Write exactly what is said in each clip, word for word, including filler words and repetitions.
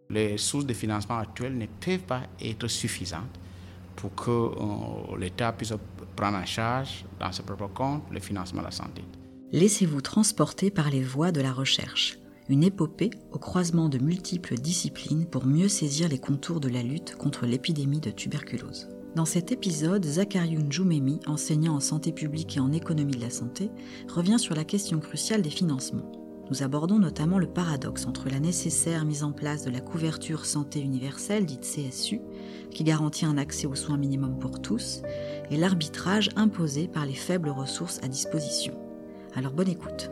Les sources de financement actuelles ne peuvent pas être suffisantes pour que euh, l'État puisse prendre en charge, dans ses propres comptes, le financement de la santé. Laissez-vous transporter par les voies de la recherche. Une épopée au croisement de multiples disciplines pour mieux saisir les contours de la lutte contre l'épidémie de tuberculose. Dans cet épisode, Zakariou Ndjoumemi, enseignant en santé publique et en économie de la santé, revient sur la question cruciale des financements. Nous abordons notamment le paradoxe entre la nécessaire mise en place de la couverture santé universelle, dite C S U, qui garantit un accès aux soins minimum pour tous, et l'arbitrage imposé par les faibles ressources à disposition. Alors bonne écoute.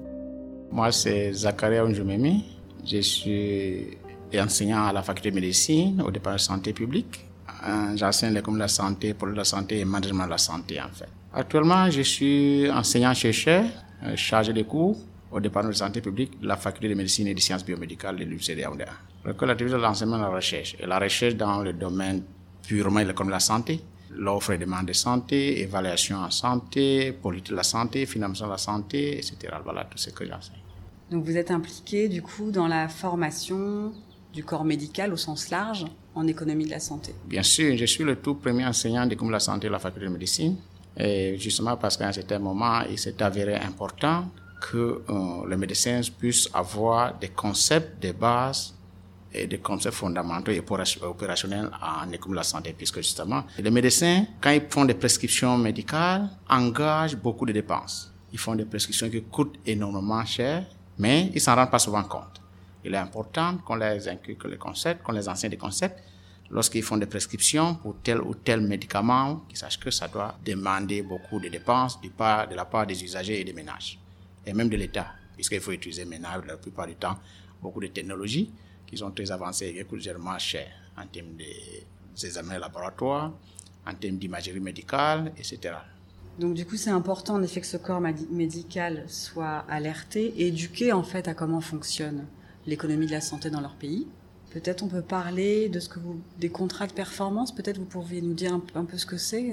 Moi, c'est Zakariou Ndjoumemi. Je suis enseignant à la faculté de médecine au département de santé publique. J'enseigne l'économie de la santé, politique de la santé et management de la santé, en fait. Actuellement, je suis enseignant-chercheur, chargé de cours au département de santé publique de la faculté de médecine et de sciences biomédicales de l'U N I C de Yaoundé. L'activité de l'enseignement et de la recherche. Et la recherche dans le domaine purement de l'économie de la santé, l'offre et demande de santé, évaluation en santé, politique de la santé, financement de la santé, et cetera. Voilà tout ce que j'enseigne. Donc vous êtes impliqué du coup dans la formation du corps médical au sens large en économie de la santé? Bien sûr, je suis le tout premier enseignant d'économie de la santé de la faculté de médecine. Et justement parce qu'à un certain moment, il s'est avéré important que euh, les médecins puissent avoir des concepts de base et des concepts fondamentaux et opérationnels en économie de la santé, puisque justement, les médecins, quand ils font des prescriptions médicales, engagent beaucoup de dépenses. Ils font des prescriptions qui coûtent énormément cher, mais ils ne s'en rendent pas souvent compte. Il est important qu'on les inculque les concepts, qu'on les enseigne des concepts, lorsqu'ils font des prescriptions pour tel ou tel médicament, qu'ils sachent que ça doit demander beaucoup de dépenses du part, de la part des usagers et des ménages, et même de l'État, puisqu'il faut utiliser maintenant, la plupart du temps, beaucoup de technologies qui sont très avancées et qui coûtent généralement cher en termes d'examens laboratoires, en termes d'imagerie médicale, et cetera. Donc du coup, c'est important en effet que ce corps médical soit alerté, éduqué en fait à comment fonctionne l'économie de la santé dans leur pays. Peut-être on peut parler de ce que vous, des contrats de performance. Peut-être vous pourriez nous dire un, un peu ce que c'est.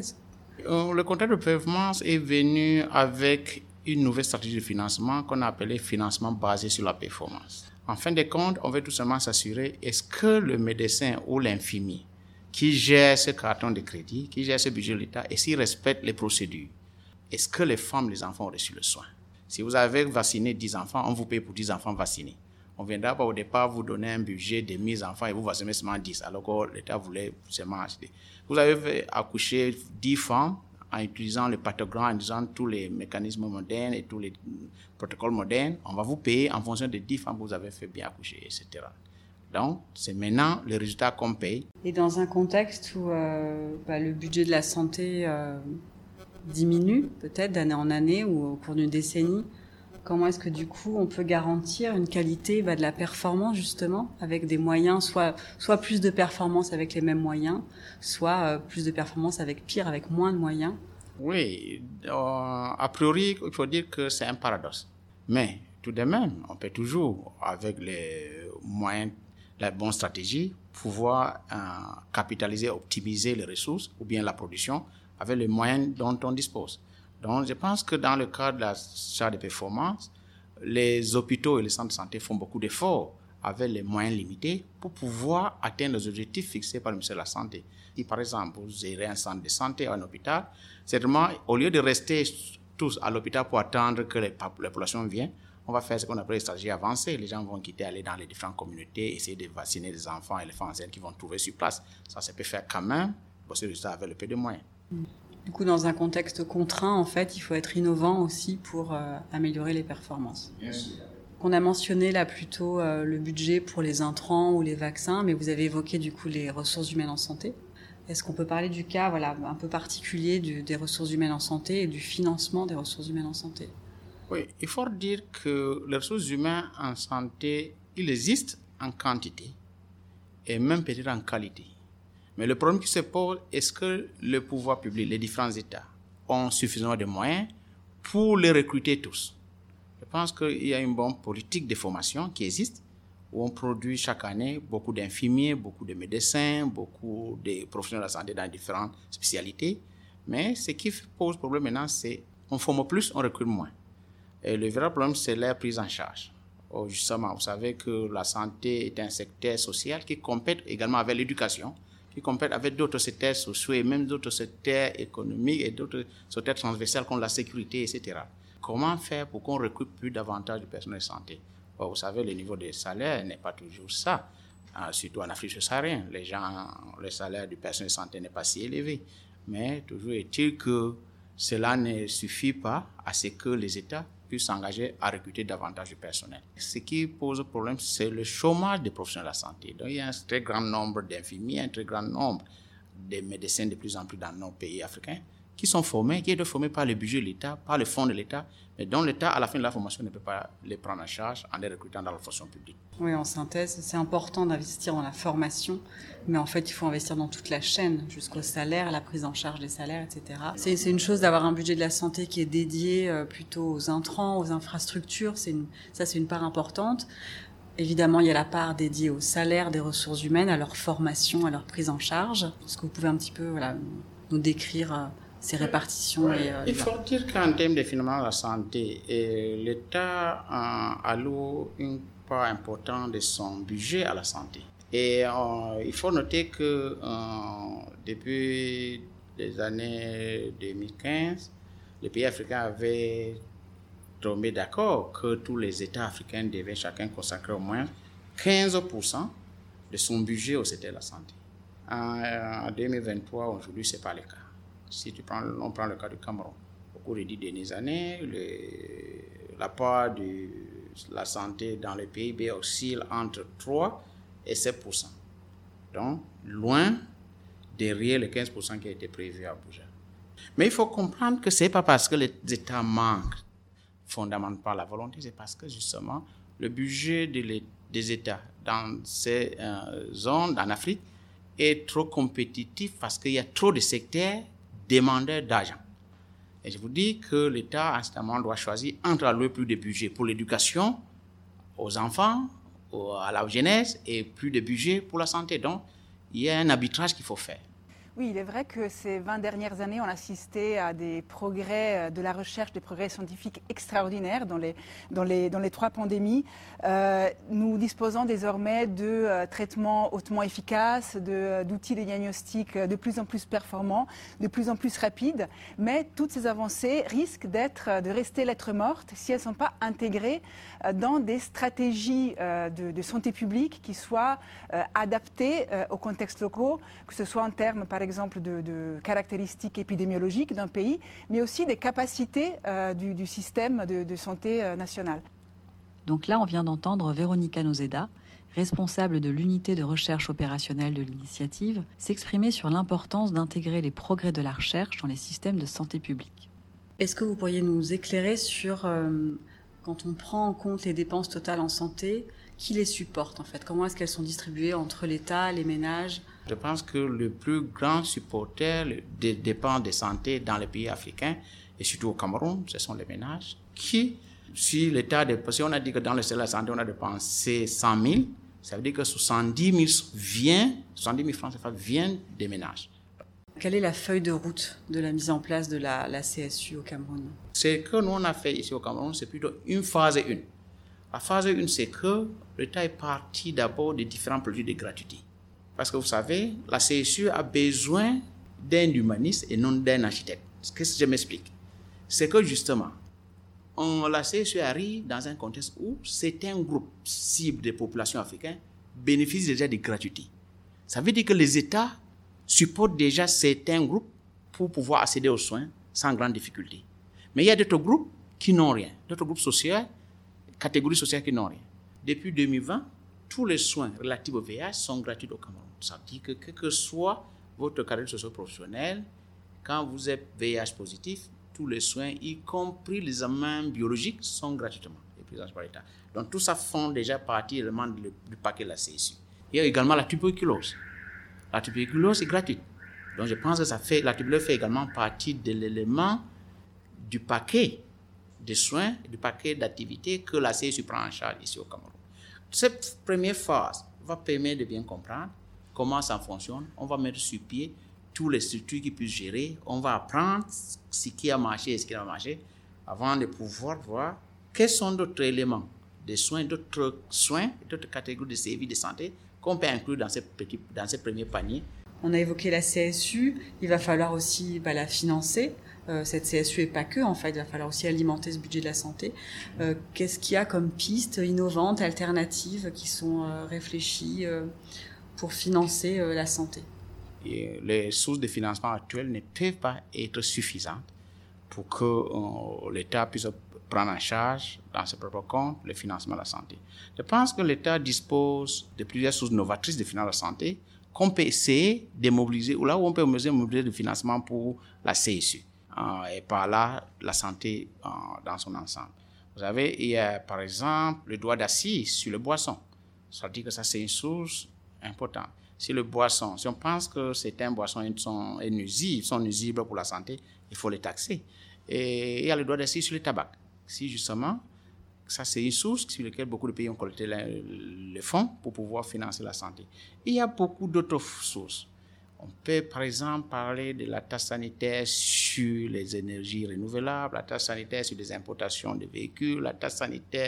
Le contrat de performance est venu avec une nouvelle stratégie de financement qu'on a appelée financement basé sur la performance. En fin de compte, on veut tout simplement s'assurer, est-ce que le médecin ou l'infirmier qui gère ce carton de crédit, qui gère ce budget de l'État, et s'il respecte les procédures, est-ce que les femmes, les enfants ont reçu le soin? Si vous avez vacciné dix enfants, on vous paye pour dix enfants vaccinés. On ne viendra pas au départ vous donner un budget de mille enfants et vous vaccinez seulement dix, alors que l'État voulait seulement acheter. Vous avez accouché dix femmes en utilisant le pathogramme, en utilisant tous les mécanismes modernes et tous les protocoles modernes. On va vous payer en fonction des dix femmes que vous avez fait bien accoucher, et cetera. Donc, c'est maintenant le résultat qu'on paye. Et dans un contexte où euh, bah, le budget de la santé euh, diminue, peut-être d'année en année ou au cours d'une décennie, comment est-ce que du coup on peut garantir une qualité bah, de la performance justement avec des moyens, soit, soit plus de performance avec les mêmes moyens, soit euh, plus de performance avec pire, avec moins de moyens? Oui, euh, a priori, il faut dire que c'est un paradoxe. Mais tout de même, on peut toujours, avec les moyens, la bonne stratégie, pouvoir euh, capitaliser, optimiser les ressources ou bien la production avec les moyens dont on dispose. Donc, je pense que dans le cadre de la charte de performance, les hôpitaux et les centres de santé font beaucoup d'efforts avec les moyens limités pour pouvoir atteindre les objectifs fixés par le ministère de la Santé. Si, par exemple, vous gérez un centre de santé ou un hôpital, certainement, au lieu de rester tous à l'hôpital pour attendre que les, la population vienne, on va faire ce qu'on appelle les stratégies avancées. Les gens vont quitter, aller dans les différentes communautés, essayer de vacciner les enfants et les femmes enceintes qu'ils vont trouver sur place. Ça, ça peut faire quand même, pour ce résultat avec le peu de moyens. Du coup, dans un contexte contraint, en fait, il faut être innovant aussi pour euh, améliorer les performances. Bien sûr. On a mentionné là plutôt euh, le budget pour les intrants ou les vaccins, mais vous avez évoqué du coup les ressources humaines en santé. Est-ce qu'on peut parler du cas voilà, un peu particulier du, des ressources humaines en santé et du financement des ressources humaines en santé? Oui, il faut dire que les ressources humaines en santé, il existe en quantité et même peut-être en qualité. Mais le problème qui se pose, est-ce que le pouvoir public, les différents États, ont suffisamment de moyens pour les recruter tous? Je pense qu'il y a une bonne politique de formation qui existe, où on produit chaque année beaucoup d'infirmiers, beaucoup de médecins, beaucoup de professionnels de la santé dans différentes spécialités. Mais ce qui pose problème maintenant, c'est qu'on forme plus, on recrute moins. Et le vrai problème, c'est la prise en charge. Oh, justement, vous savez que la santé est un secteur social qui compète également avec l'éducation, qui compète avec d'autres secteurs sociaux et même d'autres secteurs économiques et d'autres secteurs transversaux comme la sécurité, et cetera. Comment faire pour qu'on recrute plus davantage de personnel de santé? Oh, vous savez, le niveau des salaires n'est pas toujours ça. Euh, surtout en Afrique subsaharienne, les gens, le salaire du personnel de santé n'est pas si élevé. Mais toujours est-il que cela ne suffit pas à ce que les États puissent s'engager à recruter davantage de personnel. Ce qui pose problème, c'est le chômage des professionnels de la santé. Donc, il y a un très grand nombre d'infirmiers, un très grand nombre de médecins de plus en plus dans nos pays africains qui sont formés, qui sont formés par le budget de l'État, par le fonds de l'État, mais dont l'État, à la fin de la formation, ne peut pas les prendre en charge en les recrutant dans la fonction publique. Oui, en synthèse, c'est important d'investir dans la formation, mais en fait, il faut investir dans toute la chaîne, jusqu'au salaire, la prise en charge des salaires, et cetera. C'est, c'est une chose d'avoir un budget de la santé qui est dédié euh, plutôt aux intrants, aux infrastructures, c'est une, ça c'est une part importante. Évidemment, il y a la part dédiée au salaire des ressources humaines, à leur formation, à leur prise en charge. Est-ce que vous pouvez un petit peu voilà, nous décrire euh, ces répartitions? Ouais, et, euh, il faut dire qu'en termes de financement de la santé, et l'État euh, alloue une part importante de son budget à la santé. Et euh, il faut noter que euh, depuis les années deux mille quinze, les pays africains avaient tombé d'accord que tous les États africains devaient chacun consacrer au moins quinze pour cent de son budget au secteur de la santé. En, en deux mille vingt-trois, aujourd'hui, ce n'est pas le cas. Si tu prends, on prend le cas du Cameroun, au cours des dix dernières années, le, la part de la santé dans le P I B oscille entre trois et sept pour cent. Donc, loin derrière les quinze pour cent qui a été prévu à Abuja. Mais il faut comprendre que ce n'est pas parce que les États manquent fondamentalement par la volonté, c'est parce que justement, le budget de des États dans ces euh, zones en Afrique est trop compétitif parce qu'il y a trop de secteurs demandeurs d'argent. Et je vous dis que l'État, en ce moment, doit choisir entre allouer plus de budget pour l'éducation, aux enfants, à la jeunesse, et plus de budget pour la santé. Donc, il y a un arbitrage qu'il faut faire. Oui, il est vrai que ces vingt dernières années, on a assisté à des progrès de la recherche, des progrès scientifiques extraordinaires dans les, dans les, dans les trois pandémies. Euh, nous disposons désormais de euh, traitements hautement efficaces, de, d'outils de diagnostic de plus en plus performants, de plus en plus rapides. Mais toutes ces avancées risquent d'être, de rester lettre morte si elles ne sont pas intégrées euh, dans des stratégies euh, de, de santé publique qui soient euh, adaptées euh, aux contextes locaux, que ce soit en termes, par exemple, de, de caractéristiques épidémiologiques d'un pays, mais aussi des capacités euh, du, du système de, de santé euh, national. Donc là, on vient d'entendre Véronica Nozeda, responsable de l'unité de recherche opérationnelle de l'initiative, s'exprimer sur l'importance d'intégrer les progrès de la recherche dans les systèmes de santé publique. Est-ce que vous pourriez nous éclairer sur, euh, quand on prend en compte les dépenses totales en santé, qui les supporte en fait? Comment est-ce qu'elles sont distribuées entre l'État, les ménages? Je pense que le plus grand supporter des dépenses de santé dans les pays africains, et surtout au Cameroun, ce sont les ménages qui, si l'État, si on a dit que dans le secteur de la santé, on a dépensé cent mille, ça veut dire que soixante-dix mille vient, soixante-dix mille francs C F A viennent des ménages. Quelle est la feuille de route de la mise en place de la, la C S U au Cameroun? Ce que nous on a fait ici au Cameroun, c'est plutôt une phase une. La phase un, c'est que l'État est parti d'abord des différents produits de gratuité. Parce que vous savez, la C S U a besoin d'un humaniste et non d'un architecte. Qu'est-ce que je m'explique? C'est que justement, on, la C S U arrive dans un contexte où certains groupes cibles des populations africaines bénéficient déjà de gratuité. Ça veut dire que les États supportent déjà certains groupes pour pouvoir accéder aux soins sans grande difficulté. Mais il y a d'autres groupes qui n'ont rien, d'autres groupes sociaux, catégories sociales qui n'ont rien. Depuis deux mille vingt, tous les soins relatifs au V I H sont gratuits au Cameroun. Ça veut dire que quel que soit votre carrière socio-professionnelle, quand vous êtes V I H positif, tous les soins, y compris les examens biologiques, sont gratuitement pris en charge par l'État. Donc tout ça font déjà partie élément du, du paquet de la C S U. Il y a également la tuberculose. La tuberculose est gratuite. Donc je pense que ça fait, la tuberculose fait également partie de l'élément du paquet de soins, du paquet d'activités que la C S U prend en charge ici au Cameroun. Cette première phase va permettre de bien comprendre comment ça fonctionne. On va mettre sur pied tous les structures qui puissent gérer. On va apprendre ce qui a marché et ce qui n'a pas marché avant de pouvoir voir quels sont d'autres éléments des soins, d'autres soins, d'autres catégories de services de santé qu'on peut inclure dans ces, petits, dans ces premiers paniers. On a évoqué la C S U, il va falloir aussi bah, la financer. Euh, cette C S U et pas que, en fait, il va falloir aussi alimenter ce budget de la santé. Euh, qu'est-ce qu'il y a comme pistes innovantes, alternatives qui sont euh, réfléchies euh, pour financer euh, la santé? Et les sources de financement actuelles ne peuvent pas être suffisantes pour que euh, l'État puisse prendre en charge dans ses propres comptes le financement de la santé. Je pense que l'État dispose de plusieurs sources novatrices de financement de la santé qu'on peut essayer de mobiliser, ou là où on peut mobiliser le financement pour la C S U, euh, et par là la santé euh, dans son ensemble. Vous savez, il y a par exemple le droit d'assises sur les boissons. Ça dit que ça c'est une source importante. Si le boisson, si on pense que certaines boissons sont nuisibles, sont nuisibles pour la santé, il faut les taxer. Et il y a le droit d'assises sur le tabac. Si justement, ça c'est une source sur laquelle beaucoup de pays ont collecté les fonds pour pouvoir financer la santé. Il y a beaucoup d'autres sources. On peut par exemple parler de la taxe sanitaire sur les énergies renouvelables, la taxe sanitaire sur les importations de véhicules, la taxe sanitaire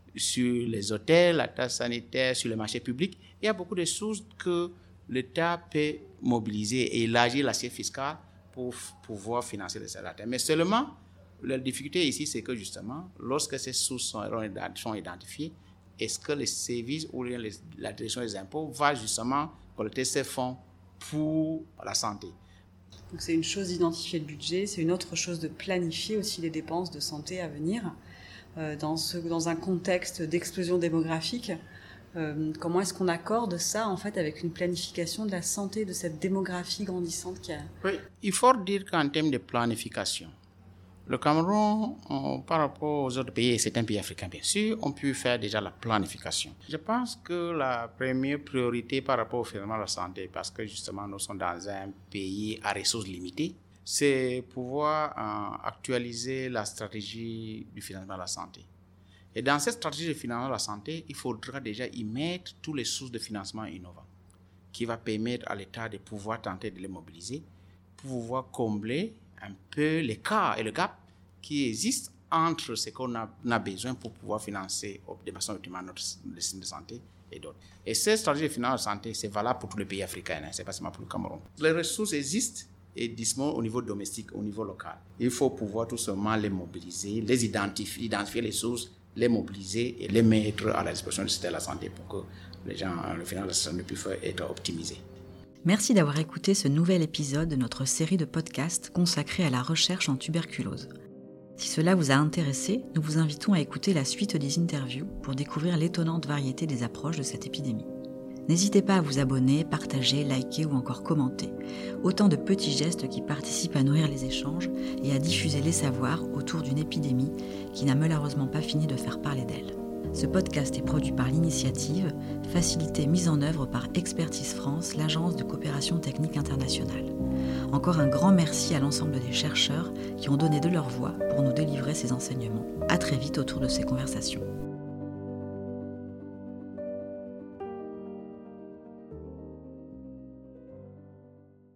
sur les hôtels, la taxe sanitaire sur les marchés publics. Il y a beaucoup de sources que l'État peut mobiliser et élargir l'assiette fiscale pour pouvoir financer les salaires. Mais seulement, la difficulté ici, c'est que justement, lorsque ces sources sont, sont identifiées, est-ce que les services ou les, la direction des impôts va justement collecter ces fonds pour la santé? Donc c'est une chose d'identifier le budget, c'est une autre chose de planifier aussi les dépenses de santé à venir. Euh, dans, ce, dans un contexte d'explosion démographique, euh, comment est-ce qu'on accorde ça en fait avec une planification de la santé, de cette démographie grandissante qu'il y a? Oui, il faut dire qu'en termes de planification, le Cameroun, on, par rapport aux autres pays, et c'est un pays africain bien sûr, on peut faire déjà la planification. Je pense que la première priorité par rapport au financement de la santé, parce que justement nous sommes dans un pays à ressources limitées, c'est pouvoir euh, actualiser la stratégie du financement de la santé. Et dans cette stratégie de financement de la santé, il faudra déjà y mettre toutes les sources de financement innovants qui va permettre à l'État de pouvoir tenter de les mobiliser pour pouvoir combler un peu l'écart et le gap qui existe entre ce qu'on a, on a besoin pour pouvoir financer de façon optimale notre système de santé et d'autres. Et cette stratégie de financement de la santé, c'est valable pour tous les pays africains, hein, c'est pas seulement pour le Cameroun. Les ressources existent et disponibles au niveau domestique, au niveau local. Il faut pouvoir tout simplement les mobiliser, les identifier, identifier les sources, les mobiliser et les mettre à la disposition du système de la santé pour que les gens, le financement de la santé puisse être optimisé. Merci d'avoir écouté ce nouvel épisode de notre série de podcasts consacrée à la recherche en tuberculose. Si cela vous a intéressé, nous vous invitons à écouter la suite des interviews pour découvrir l'étonnante variété des approches de cette épidémie. N'hésitez pas à vous abonner, partager, liker ou encore commenter. Autant de petits gestes qui participent à nourrir les échanges et à diffuser les savoirs autour d'une épidémie qui n'a malheureusement pas fini de faire parler d'elle. Ce podcast est produit par l'Initiative, facilité mise en œuvre par Expertise France, l'agence de coopération technique internationale. Encore un grand merci à l'ensemble des chercheurs qui ont donné de leur voix pour nous délivrer ces enseignements. À très vite autour de ces conversations.